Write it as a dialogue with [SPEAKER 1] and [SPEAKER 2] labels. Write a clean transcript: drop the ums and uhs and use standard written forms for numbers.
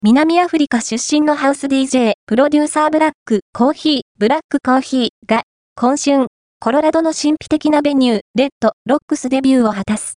[SPEAKER 1] 南アフリカ出身のハウス DJ、プロデューサーブラックコーヒーが、今春、コロラドの神秘的なベニュー、レッドロックスデビューを果たす。